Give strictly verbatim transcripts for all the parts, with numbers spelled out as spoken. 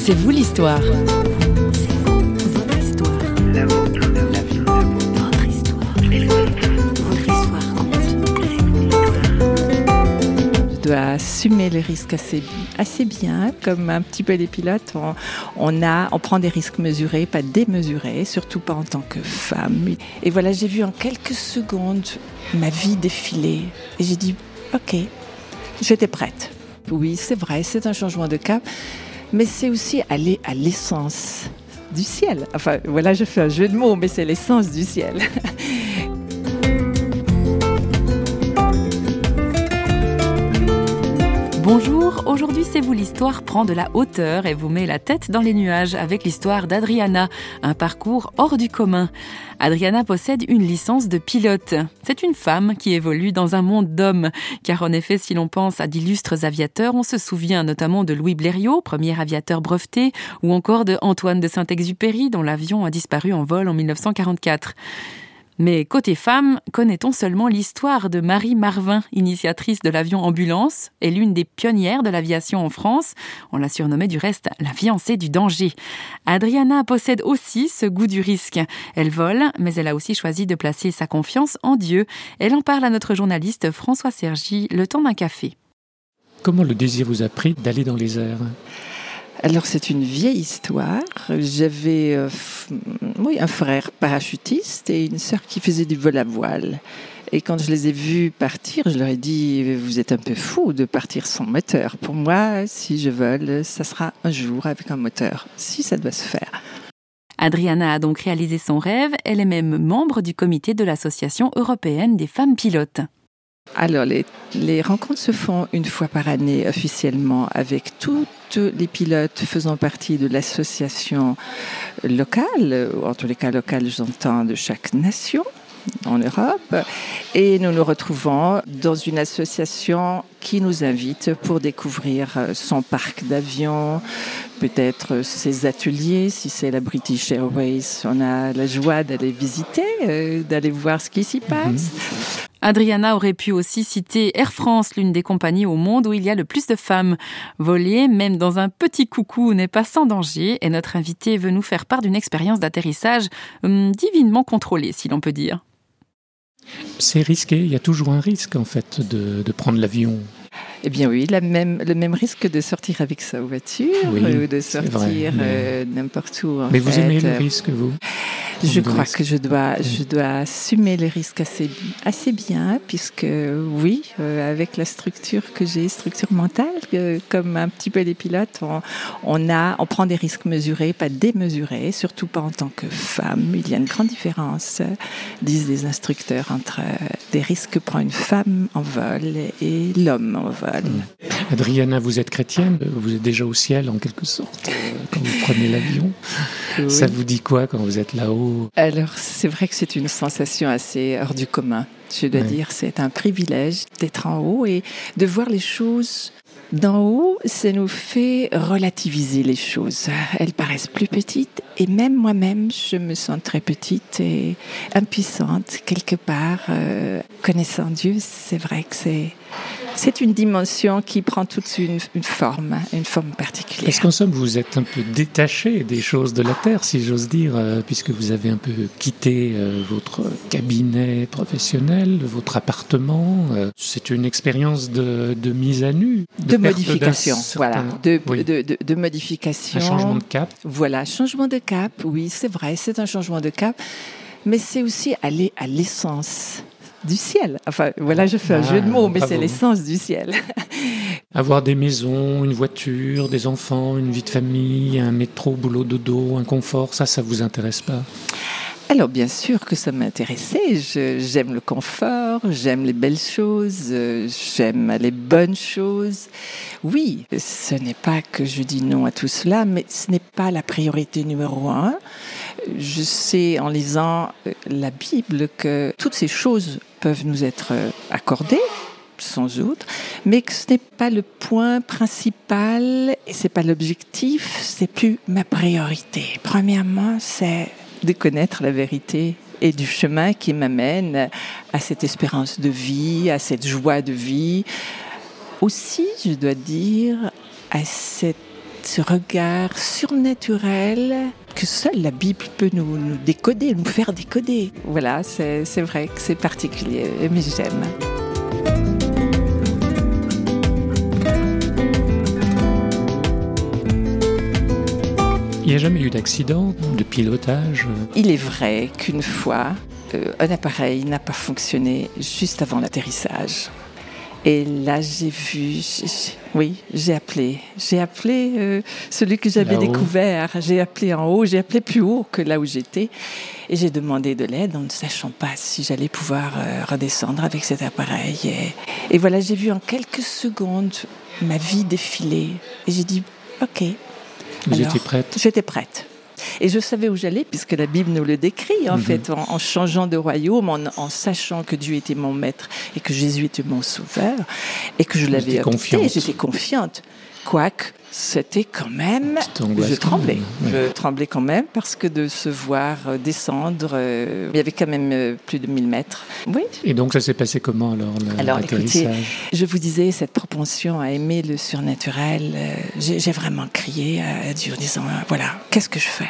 C'est vous l'histoire. C'est vous, votre histoire. La vôtre, la vie, votre histoire. Votre histoire compte. Je dois assumer les risques assez, assez bien. Comme un petit peu les pilotes, on, on, a, on prend des risques mesurés, pas démesurés, surtout pas en tant que femme. Et voilà, j'ai vu en quelques secondes ma vie défiler. Et j'ai dit, ok, j'étais prête. Oui, c'est vrai, c'est un changement de cap, mais c'est aussi aller à l'essence du ciel. Enfin, voilà, je fais un jeu de mots, mais c'est l'essence du ciel. Bonjour, aujourd'hui C'est vous l'histoire prend de la hauteur et vous met la tête dans les nuages avec l'histoire d'Adriana, un parcours hors du commun. Adriana possède une licence de pilote. C'est une femme qui évolue dans un monde d'hommes, car en effet, si l'on pense à d'illustres aviateurs, on se souvient notamment de Louis Blériot, premier aviateur breveté, ou encore de Antoine de Saint-Exupéry, dont l'avion a disparu en vol en dix-neuf cent quarante-quatre. Mais côté femme, connaît-on seulement l'histoire de Marie Marvin, initiatrice de l'avion ambulance et l'une des pionnières de l'aviation en France. On l'a surnommée du reste la fiancée du danger. Adriana possède aussi ce goût du risque. Elle vole, mais elle a aussi choisi de placer sa confiance en Dieu. Elle en parle à notre journaliste François Sergi, le temps d'un café. Comment le désir vous a pris d'aller dans les airs ? Alors, c'est une vieille histoire. J'avais euh, f- oui, un frère parachutiste et une sœur qui faisait du vol à voile. Et quand je les ai vus partir, je leur ai dit « Vous êtes un peu fous de partir sans moteur. Pour moi, si je vole, ça sera un jour avec un moteur, si ça doit se faire. » Adriana a donc réalisé son rêve. Elle est même membre du comité de l'Association européenne des femmes pilotes. Alors, les, les rencontres se font une fois par année officiellement avec toutes les pilotes faisant partie de l'association locale, ou en tous les cas locale, j'entends, de chaque nation en Europe. Et nous nous retrouvons dans une association qui nous invite pour découvrir son parc d'avions, peut-être ses ateliers. Si c'est la British Airways, on a la joie d'aller visiter, euh, d'aller voir ce qui s'y passe. Mmh. Adriana aurait pu aussi citer Air France, l'une des compagnies au monde où il y a le plus de femmes. Voler, même dans un petit coucou, n'est pas sans danger et notre invité veut nous faire part d'une expérience d'atterrissage hum, divinement contrôlée, si l'on peut dire. C'est risqué, il y a toujours un risque en fait de, de prendre l'avion. Eh bien oui, la même, le même risque de sortir avec sa voiture oui, ou de sortir vrai, mais... euh, n'importe où. En mais fait. vous aimez le risque, vous ? Je crois que je dois, je dois assumer les risques assez, assez bien, puisque oui, euh, avec la structure que j'ai, structure mentale, euh, comme un petit peu les pilotes, on, on, a, on prend des risques mesurés, pas démesurés, surtout pas en tant que femme. Il y a une grande différence, euh, disent les instructeurs, entre euh, des risques que prend une femme en vol et l'homme en vol. Mmh. Adriana, vous êtes chrétienne, vous êtes déjà au ciel en quelque sorte, euh, quand vous prenez l'avion. Oui. Ça vous dit quoi quand vous êtes là-haut ? Alors, c'est vrai que c'est une sensation assez hors du commun. Je dois oui. dire, c'est un privilège d'être en haut et de voir les choses d'en haut. Ça nous fait relativiser les choses. Elles paraissent plus petites et même moi-même, je me sens très petite et impuissante quelque part. Euh, connaissant Dieu, c'est vrai que c'est... C'est une dimension qui prend toute une, une forme, une forme particulière. Est-ce qu'en somme, vous êtes un peu détaché des choses de la Terre, si j'ose dire, euh, puisque vous avez un peu quitté euh, votre cabinet professionnel, votre appartement. Euh, c'est une expérience de, de mise à nu. De, de modification, voilà. De, oui. de, de, de modification. Un changement de cap. Voilà, changement de cap, oui, c'est vrai, c'est un changement de cap. Mais c'est aussi aller à l'essence du ciel. Enfin, voilà, je fais un ah, jeu de mots, mais bravo. C'est l'essence du ciel. Avoir des maisons, une voiture, des enfants, une vie de famille, un métro, boulot, dodo, un confort, ça, ça vous intéresse pas ? Alors, bien sûr que ça m'intéressait. Je, j'aime le confort, j'aime les belles choses, euh, j'aime les bonnes choses. Oui, ce n'est pas que je dis non à tout cela, mais ce n'est pas la priorité numéro un. Je sais, en lisant la Bible, que toutes ces choses peuvent nous être accordées, sans doute, mais que ce n'est pas le point principal et ce n'est pas l'objectif, c'est plus ma priorité. Premièrement, c'est de connaître la vérité et du chemin qui m'amène à cette espérance de vie, à cette joie de vie. Aussi, je dois dire, à cette ce regard surnaturel que seule la Bible peut nous, nous décoder, nous faire décoder. Voilà, c'est, c'est vrai que c'est particulier, mais j'aime. Il n'y a jamais eu d'accident, de pilotage? Il est vrai qu'une fois, euh, un appareil n'a pas fonctionné juste avant l'atterrissage. Et là, j'ai vu, j'ai, oui, j'ai appelé. J'ai appelé euh, celui que j'avais là-haut. découvert. J'ai appelé en haut, j'ai appelé plus haut que là où j'étais. Et j'ai demandé de l'aide en ne sachant pas si j'allais pouvoir euh, redescendre avec cet appareil. Et, et voilà, j'ai vu en quelques secondes ma vie défiler. Et j'ai dit, OK. Vous Alors, étiez prête? J'étais prête. Et je savais où j'allais, puisque la Bible nous le décrit, en mm-hmm. fait, en, en changeant de royaume, en, en sachant que Dieu était mon maître et que Jésus était mon sauveur, et que je l'avais adopté, j'étais confiante. Quoique, c'était quand même... Je tremblais. Ouais. Je tremblais quand même, parce que de se voir descendre, euh, il y avait quand même euh, plus de mille mètres. Oui. Et donc, ça s'est passé comment, alors, alors écoutez, je vous disais, cette propension à aimer le surnaturel, euh, j'ai, j'ai vraiment crié à Dieu en disant, euh, voilà, qu'est-ce que je fais?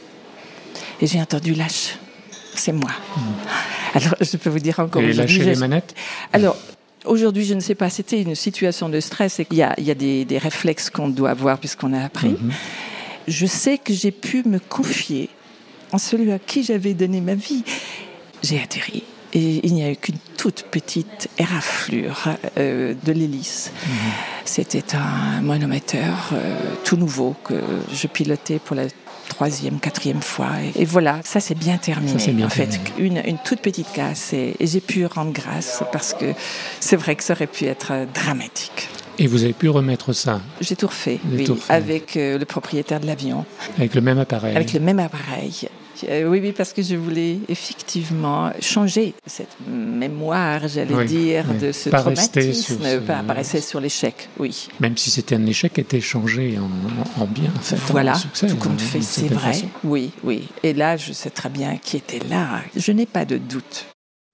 Et j'ai entendu lâche, c'est moi. Mmh. Alors, je peux vous dire encore Et aujourd'hui... lâcher les manettes? Alors... Aujourd'hui, je ne sais pas, c'était une situation de stress et il y a, il y a des, des réflexes qu'on doit avoir puisqu'on a appris. Mm-hmm. Je sais que j'ai pu me confier en celui à qui j'avais donné ma vie. J'ai atterri et il n'y a eu qu'une toute petite éraflure euh, de l'hélice. Mm-hmm. C'était un monomoteur euh, tout nouveau que je pilotais pour la troisième, quatrième fois. Et, et voilà, ça s'est bien terminé. Ça, c'est bien en terminé. fait, une, une toute petite casse. Et, et j'ai pu rendre grâce parce que c'est vrai que ça aurait pu être dramatique. Et vous avez pu remettre ça? J'ai tout refait, oui, tout refait. Avec euh, le propriétaire de l'avion. Avec le même appareil? Avec le même appareil. Euh, oui, oui, parce que je voulais effectivement changer cette mémoire, j'allais oui, dire, oui. de ce pas traumatisme, ce... pas rester sur l'échec, oui. Même si c'était un échec, était changé en, en bien, en fait, voilà, en succès. Tout compte fait, c'est vrai, façon. oui, oui. Et là, je sais très bien qui était là. Je n'ai pas de doute.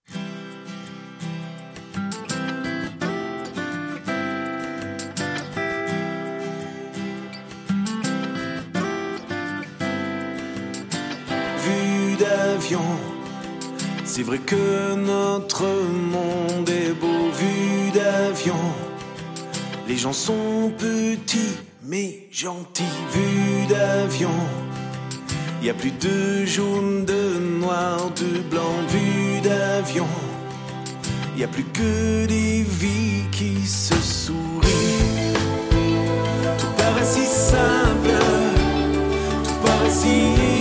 C'est vrai que notre monde est beau vu d'avion. Les gens sont petits mais gentils vu d'avion. Y a plus de jaune, de noir, de blanc vu d'avion. Y a plus que des vies qui se sourient. Tout paraît si simple, tout paraît si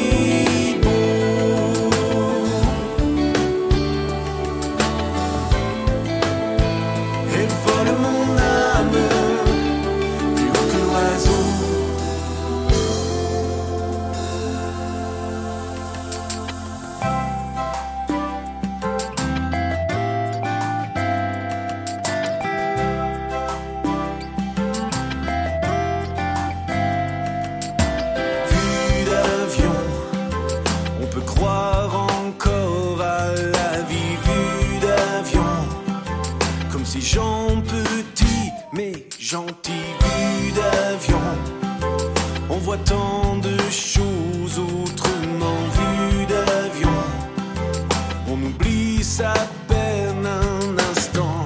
gentil vue d'avion, on voit tant de choses autrement vue d'avion, on oublie sa peine un instant.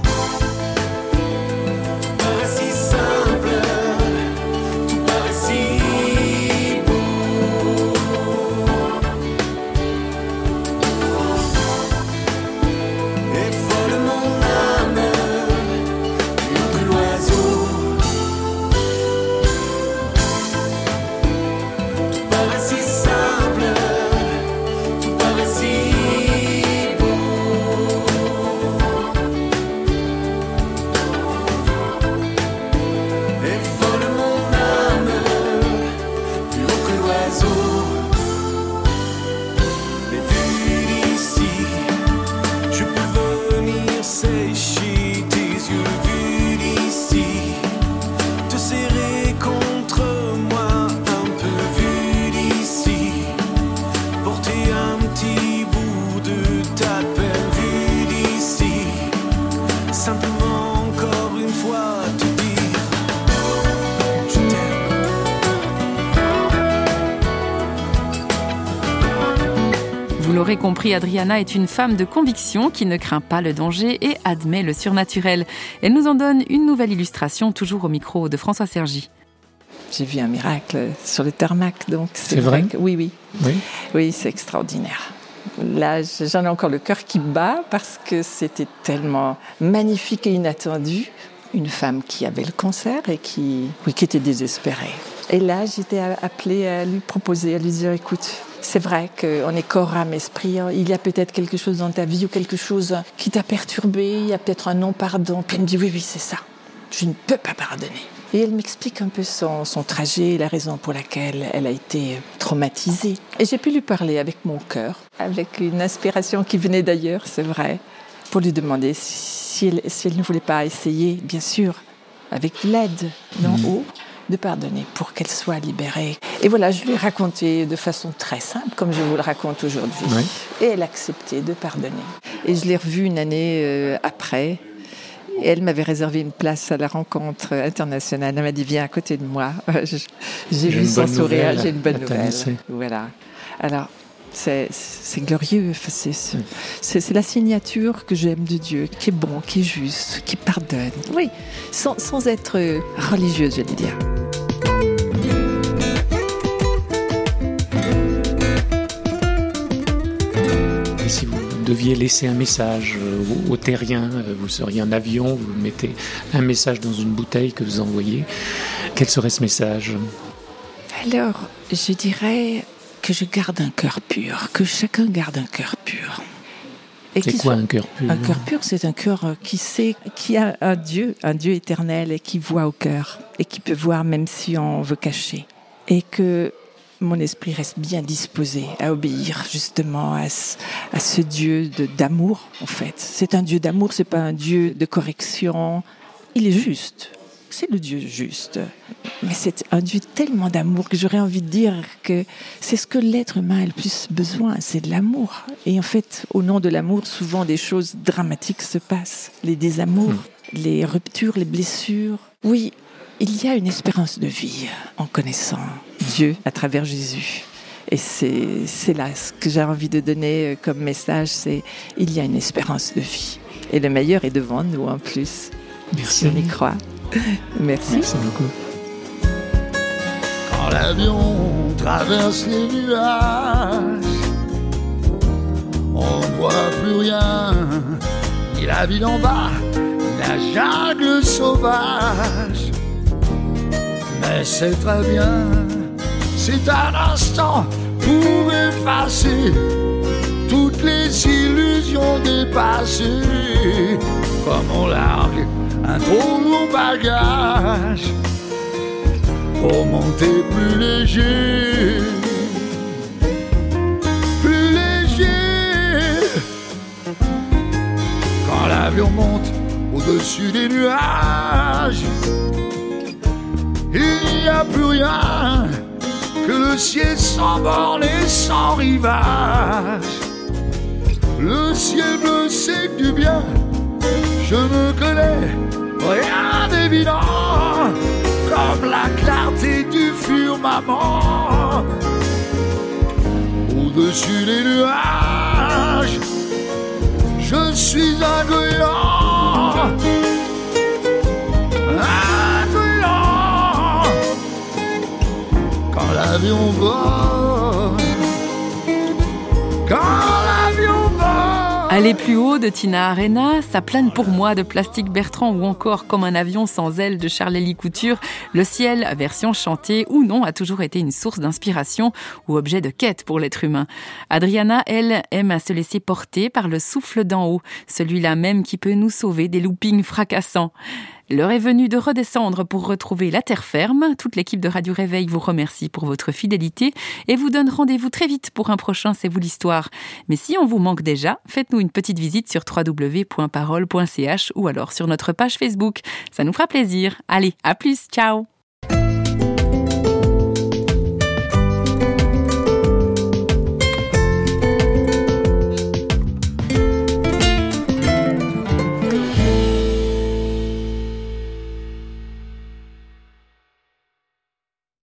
Tout paraît si simple, tout paraît si beau. Et vole mon âme plus haut que l'oiseau. Simple, tout paraît si beau. l'aurez compris, Adriana est une femme de conviction qui ne craint pas le danger et admet le surnaturel. Elle nous en donne une nouvelle illustration, toujours au micro de François Sergi. J'ai vu un miracle sur le tarmac, donc c'est, c'est vrai, vrai que, oui, oui, oui, oui, c'est extraordinaire. Là, j'en ai encore le cœur qui bat parce que c'était tellement magnifique et inattendu. Une femme qui avait le cancer et qui, oui, qui était désespérée. Et là, j'étais appelée à lui proposer, à lui dire, écoute, c'est vrai qu'on est corps, âme, esprit. Il y a peut-être quelque chose dans ta vie ou quelque chose qui t'a perturbé. Il y a peut-être un non-pardon. Puis elle me dit, oui, oui, c'est ça. Je ne peux pas pardonner. Et elle m'explique un peu son, son trajet et la raison pour laquelle elle a été traumatisée. Et j'ai pu lui parler avec mon cœur, avec une inspiration qui venait d'ailleurs, c'est vrai, pour lui demander si elle, si elle ne voulait pas essayer, bien sûr, avec l'aide d'en mmh. haut, de pardonner pour qu'elle soit libérée. Et voilà, je lui ai raconté de façon très simple, comme je vous le raconte aujourd'hui. Oui. Et elle a accepté de pardonner. Et je l'ai revue une année euh, après. Et elle m'avait réservé une place à la rencontre internationale. Elle m'a dit, viens à côté de moi. J'ai, j'ai vu son sourire, j'ai une bonne nouvelle. Voilà. Alors, c'est, c'est glorieux. C'est, c'est, c'est, c'est la signature que j'aime de Dieu, qui est bon, qui est juste, qui pardonne. Oui, sans, sans être religieuse, j'allais dire. Et si vous deviez laisser un message aux, aux terriens, vous seriez en avion, vous mettez un message dans une bouteille que vous envoyez, quel serait ce message ? Alors, je dirais que je garde un cœur pur, que chacun garde un cœur pur. Et c'est quoi soit, un cœur pur ? Un cœur pur, c'est un cœur qui sait, qui a un Dieu, un Dieu éternel et qui voit au cœur et qui peut voir même si on veut cacher. Et que mon esprit reste bien disposé à obéir justement à ce, à ce Dieu de, d'amour, en fait. C'est un Dieu d'amour, c'est pas un Dieu de correction. Il est juste. C'est le Dieu juste. Mais c'est un Dieu tellement d'amour que j'aurais envie de dire que c'est ce que l'être humain a le plus besoin, c'est de l'amour. Et en fait, au nom de l'amour, souvent des choses dramatiques se passent. Les désamours, mmh. les ruptures, les blessures. Oui, il y a une espérance de vie en connaissant Dieu à travers Jésus. Et c'est, c'est là ce que j'ai envie de donner comme message, c'est il y a une espérance de vie. Et le meilleur est devant nous en plus. Merci. Si on y croit. Merci. Merci beaucoup. Quand l'avion traverse les nuages, on ne voit plus rien, ni la ville en bas, ni la jungle sauvage. Mais c'est très bien, c'est un instant pour effacer toutes les illusions dépassées, comme on largue un trop lourd bagage pour monter plus léger, plus léger. Quand l'avion monte au-dessus des nuages, il n'y a plus rien que le ciel sans borne et sans rivage. Le ciel bleu c'est que du bien, je ne connais rien d'évident, comme la clarté du firmament. Au-dessus des nuages, je suis un goéland, un goéland. Quand l'avion vole, quand l'avion vole. Aller plus haut de Tina Arena, Ça plane pour moi de Plastique Bertrand ou encore Comme un avion sans ailes de Charles-Élie Couture, Le ciel, version chantée ou non, a toujours été une source d'inspiration ou objet de quête pour l'être humain. Adriana, elle, aime à se laisser porter par le souffle d'en haut, celui-là même qui peut nous sauver des loopings fracassants. L'heure est venue de redescendre pour retrouver la terre ferme. Toute l'équipe de Radio Réveil vous remercie pour votre fidélité et vous donne rendez-vous très vite pour un prochain C'est vous l'histoire. Mais si on vous manque déjà, faites-nous une petite visite sur w w w point parole point c h ou alors sur notre page Facebook. Ça nous fera plaisir. Allez, à plus, ciao!